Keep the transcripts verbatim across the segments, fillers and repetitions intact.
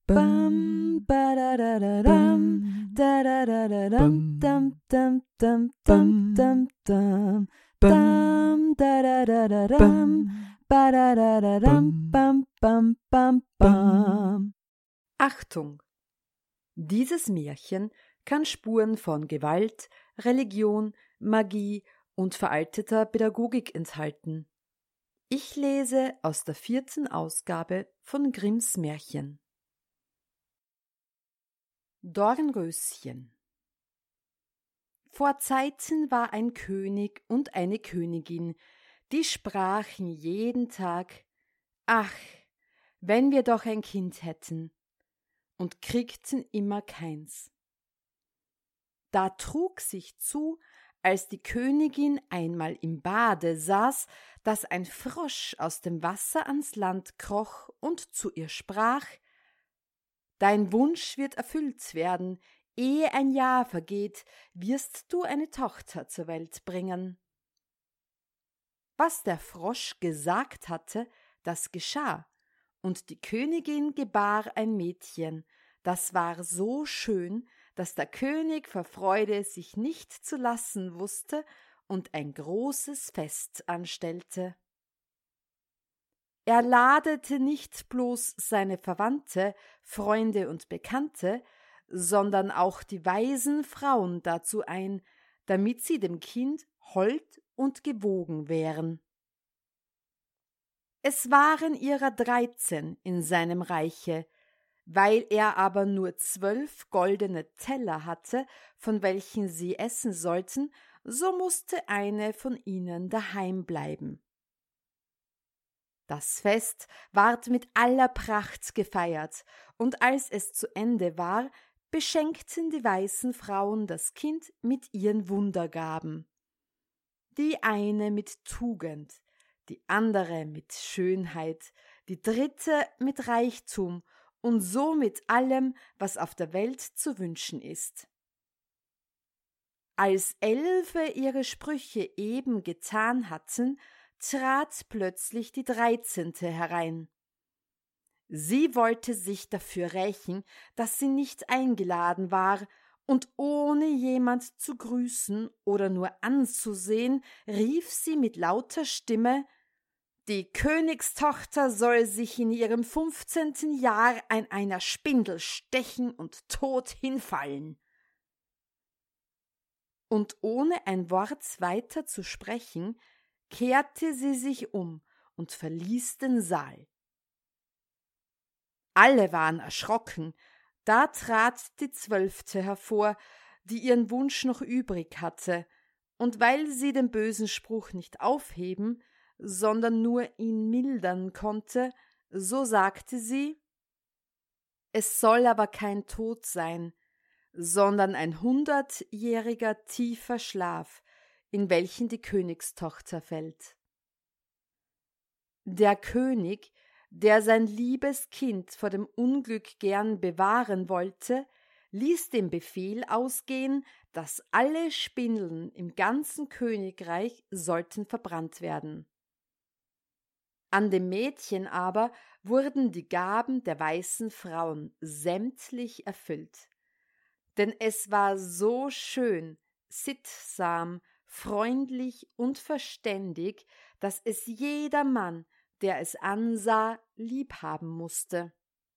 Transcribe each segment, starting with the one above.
Bam, ba-da-da-da-dam, da-da-da-da-dam, dam, dam, dam, dam, dam, dam, dam, da-da-da-da-dam, ba-da-da-da-dam, bam, bam, bam, bam. Achtung! Dieses Märchen kann Spuren von Gewalt, Religion, Magie und veralteter Pädagogik enthalten. Ich lese aus der vierten Ausgabe von Grimms Märchen. Dornröschen. Vor Zeiten war ein König und eine Königin, die sprachen jeden Tag: »Ach, wenn wir doch ein Kind hätten«, und kriegten immer keins. Da trug sich zu, als die Königin einmal im Bade saß, dass ein Frosch aus dem Wasser ans Land kroch und zu ihr sprach: »Dein Wunsch wird erfüllt werden, ehe ein Jahr vergeht, wirst du eine Tochter zur Welt bringen.« Was der Frosch gesagt hatte, das geschah, und die Königin gebar ein Mädchen, das war so schön, dass der König vor Freude sich nicht zu lassen wusste und ein großes Fest anstellte. Er ladete nicht bloß seine Verwandte, Freunde und Bekannte, sondern auch die weisen Frauen dazu ein, damit sie dem Kind hold und gewogen wären. Es waren ihrer dreizehn in seinem Reiche, weil er aber nur zwölf goldene Teller hatte, von welchen sie essen sollten, so musste eine von ihnen daheim bleiben. Das Fest ward mit aller Pracht gefeiert, und als es zu Ende war, beschenkten die weißen Frauen das Kind mit ihren Wundergaben. Die eine mit Tugend, die andere mit Schönheit, die dritte mit Reichtum und so mit allem, was auf der Welt zu wünschen ist. Als Elfe ihre Sprüche eben getan hatten, trat plötzlich die Dreizehnte herein. Sie wollte sich dafür rächen, dass sie nicht eingeladen war, und ohne jemand zu grüßen oder nur anzusehen, rief sie mit lauter Stimme: »Die Königstochter soll sich in ihrem fünfzehnten Jahr an einer Spindel stechen und tot hinfallen.« Und ohne ein Wort weiter zu sprechen, kehrte sie sich um und verließ den Saal. Alle waren erschrocken, da trat die Zwölfte hervor, die ihren Wunsch noch übrig hatte, und weil sie den bösen Spruch nicht aufheben, sondern nur ihn mildern konnte, so sagte sie: »Es soll aber kein Tod sein, sondern ein hundertjähriger tiefer Schlaf, in welchen die Königstochter fällt.« Der König, der sein liebes Kind vor dem Unglück gern bewahren wollte, ließ den Befehl ausgehen, dass alle Spindeln im ganzen Königreich sollten verbrannt werden. An dem Mädchen aber wurden die Gaben der weißen Frauen sämtlich erfüllt. Denn es war so schön, sittsam, freundlich und verständig, dass es jeder Mann, der es ansah, liebhaben musste.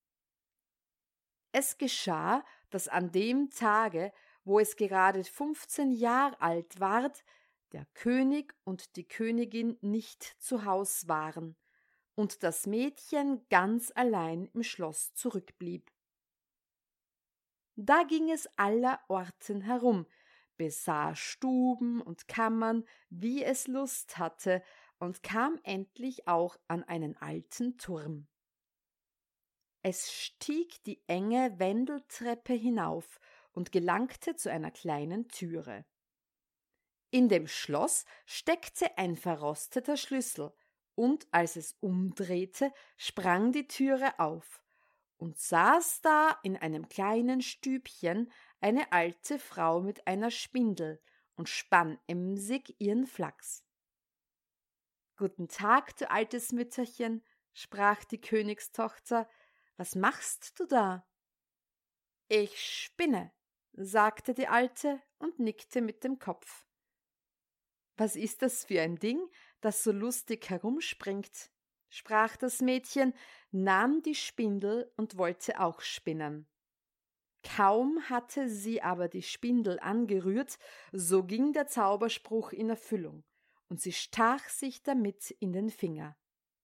Es geschah, dass an dem Tage, wo es gerade fünfzehn Jahr alt ward, der König und die Königin nicht zu Haus waren und das Mädchen ganz allein im Schloss zurückblieb. Da ging es aller Orten herum, besah Stuben und Kammern, wie es Lust hatte, und kam endlich auch an einen alten Turm. Es stieg die enge Wendeltreppe hinauf und gelangte zu einer kleinen Türe. In dem Schloss steckte ein verrosteter Schlüssel, und als es umdrehte, sprang die Türe auf, und saß da in einem kleinen Stübchen eine alte Frau mit einer Spindel und spann emsig ihren Flachs. »Guten Tag, du altes Mütterchen«, sprach die Königstochter, was machst du da?« »Ich spinne«, sagte die Alte und nickte mit dem Kopf. »Was ist das für ein Ding, das so lustig herumspringt?«, sprach das Mädchen, nahm die Spindel und wollte auch spinnen. Kaum hatte sie aber die Spindel angerührt, so ging der Zauberspruch in Erfüllung, und sie stach sich damit in den Finger.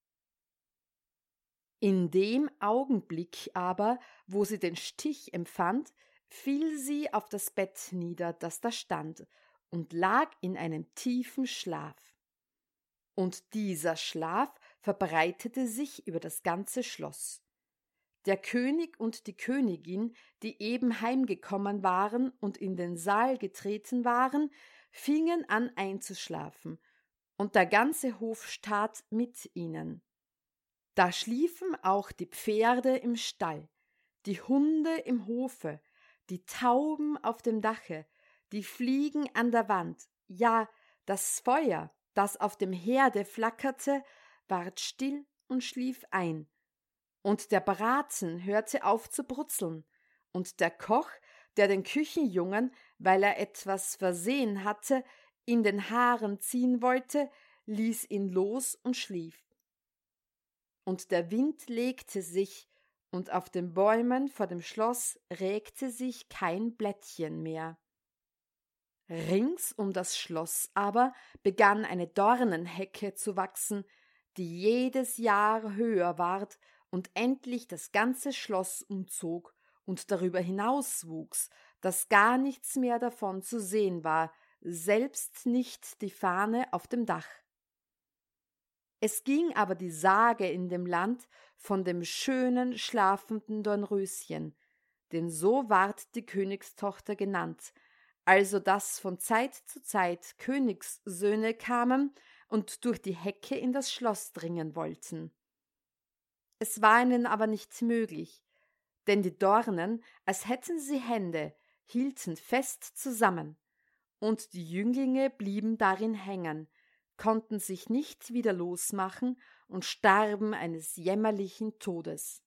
In dem Augenblick aber, wo sie den Stich empfand, fiel sie auf das Bett nieder, das da stand, und lag in einem tiefen Schlaf. Und dieser Schlaf verbreitete sich über das ganze Schloss. Der König und die Königin, die eben heimgekommen waren und in den Saal getreten waren, fingen an einzuschlafen, und der ganze Hofstaat mit ihnen. Da schliefen auch die Pferde im Stall, die Hunde im Hofe, die Tauben auf dem Dache, die Fliegen an der Wand, ja, das Feuer, das auf dem Herde flackerte, ward still und schlief ein. Und der Braten hörte auf zu brutzeln, und der Koch, der den Küchenjungen, weil er etwas versehen hatte, in den Haaren ziehen wollte, ließ ihn los und schlief. Und der Wind legte sich, und auf den Bäumen vor dem Schloss regte sich kein Blättchen mehr. Rings um das Schloss aber begann eine Dornenhecke zu wachsen, die jedes Jahr höher ward und endlich das ganze Schloss umzog und darüber hinaus wuchs, dass gar nichts mehr davon zu sehen war, selbst nicht die Fahne auf dem Dach. Es ging aber die Sage in dem Land von dem schönen, schlafenden Dornröschen, denn so ward die Königstochter genannt, also dass von Zeit zu Zeit Königssöhne kamen und durch die Hecke in das Schloss dringen wollten. Es war ihnen aber nicht möglich, denn die Dornen, als hätten sie Hände, hielten fest zusammen, und die Jünglinge blieben darin hängen, konnten sich nicht wieder losmachen und starben eines jämmerlichen Todes.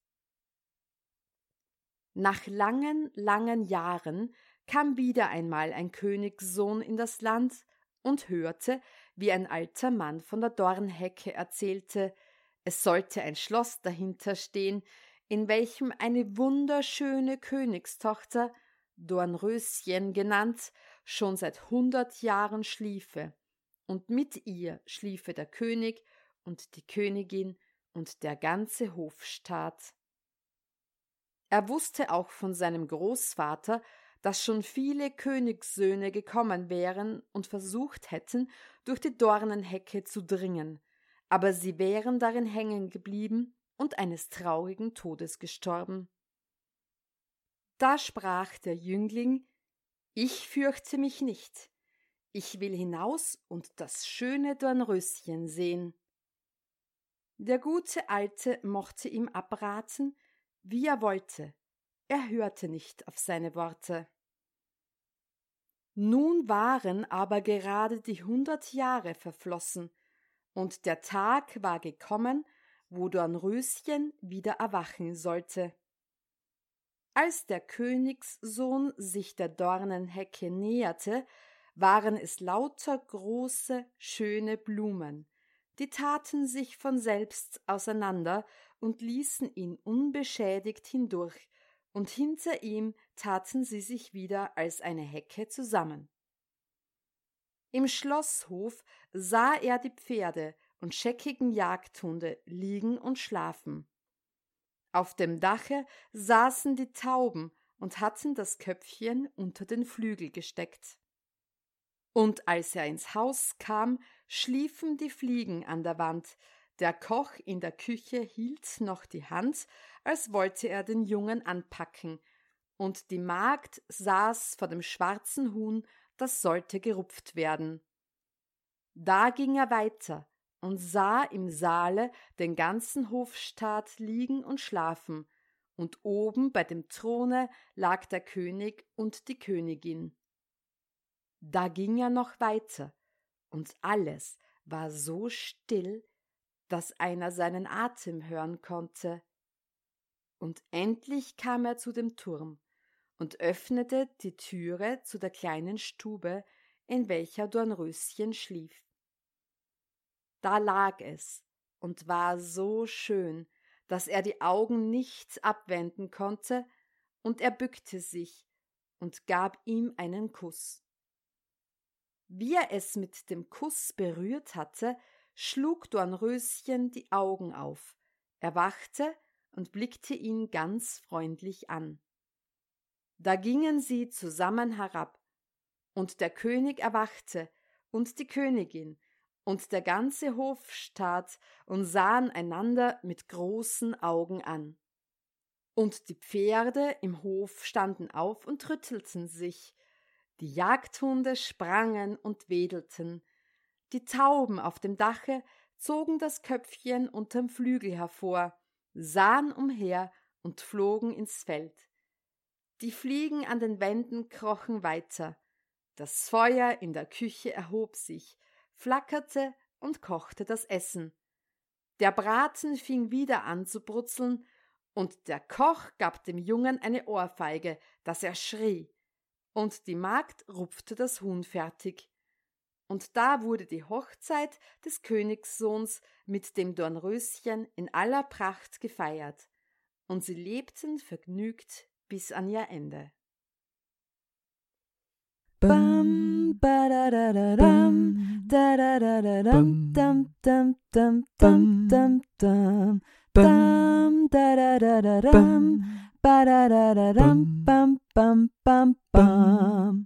Nach langen, langen Jahren kam wieder einmal ein Königssohn in das Land und hörte, wie ein alter Mann von der Dornhecke erzählte, es sollte ein Schloss dahinter stehen, in welchem eine wunderschöne Königstochter, Dornröschen genannt, schon seit hundert Jahren schliefe, und mit ihr schliefe der König und die Königin und der ganze Hofstaat. Er wusste auch von seinem Großvater, dass schon viele Königssöhne gekommen wären und versucht hätten, durch die Dornenhecke zu dringen, aber sie wären darin hängen geblieben und eines traurigen Todes gestorben. Da sprach der Jüngling: »Ich fürchte mich nicht. Ich will hinaus und das schöne Dornröschen sehen.« Der gute Alte mochte ihm abraten, wie er wollte. Er hörte nicht auf seine Worte. Nun waren aber gerade die hundert Jahre verflossen, und der Tag war gekommen, wo Dornröschen wieder erwachen sollte. Als der Königssohn sich der Dornenhecke näherte, waren es lauter große, schöne Blumen, die taten sich von selbst auseinander und ließen ihn unbeschädigt hindurch, und hinter ihm taten sie sich wieder als eine Hecke zusammen. Im Schlosshof sah er die Pferde und scheckigen Jagdhunde liegen und schlafen. Auf dem Dache saßen die Tauben und hatten das Köpfchen unter den Flügel gesteckt. Und als er ins Haus kam, schliefen die Fliegen an der Wand. Der Koch in der Küche hielt noch die Hand, als wollte er den Jungen anpacken, und die Magd saß vor dem schwarzen Huhn, das sollte gerupft werden. Da ging er weiter und sah im Saale den ganzen Hofstaat liegen und schlafen, und oben bei dem Throne lag der König und die Königin. Da ging er noch weiter, und alles war so still, dass einer seinen Atem hören konnte. Und endlich kam er zu dem Turm und öffnete die Türe zu der kleinen Stube, in welcher Dornröschen schlief. Da lag es und war so schön, dass er die Augen nicht abwenden konnte, und er bückte sich und gab ihm einen Kuss. Wie er es mit dem Kuss berührt hatte, schlug Dornröschen die Augen auf, erwachte und blickte ihn ganz freundlich an. Da gingen sie zusammen herab, und der König erwachte und die Königin, und der ganze Hofstaat und sahen einander mit großen Augen an. Und die Pferde im Hof standen auf und rüttelten sich, die Jagdhunde sprangen und wedelten, die Tauben auf dem Dache zogen das Köpfchen unterm Flügel hervor, sahen umher und flogen ins Feld. Die Fliegen an den Wänden krochen weiter, das Feuer in der Küche erhob sich, flackerte und kochte das Essen. Der Braten fing wieder an zu brutzeln, und der Koch gab dem Jungen eine Ohrfeige, dass er schrie, und die Magd rupfte das Huhn fertig. Und da wurde die Hochzeit des Königssohns mit dem Dornröschen in aller Pracht gefeiert, und sie lebten vergnügt bis an ihr Ende. Bam, ba da da da dam, da da da da dam, dam dam dam dam dam dam, dam da da da da dam, ba da da da dam, bam bam bam bam.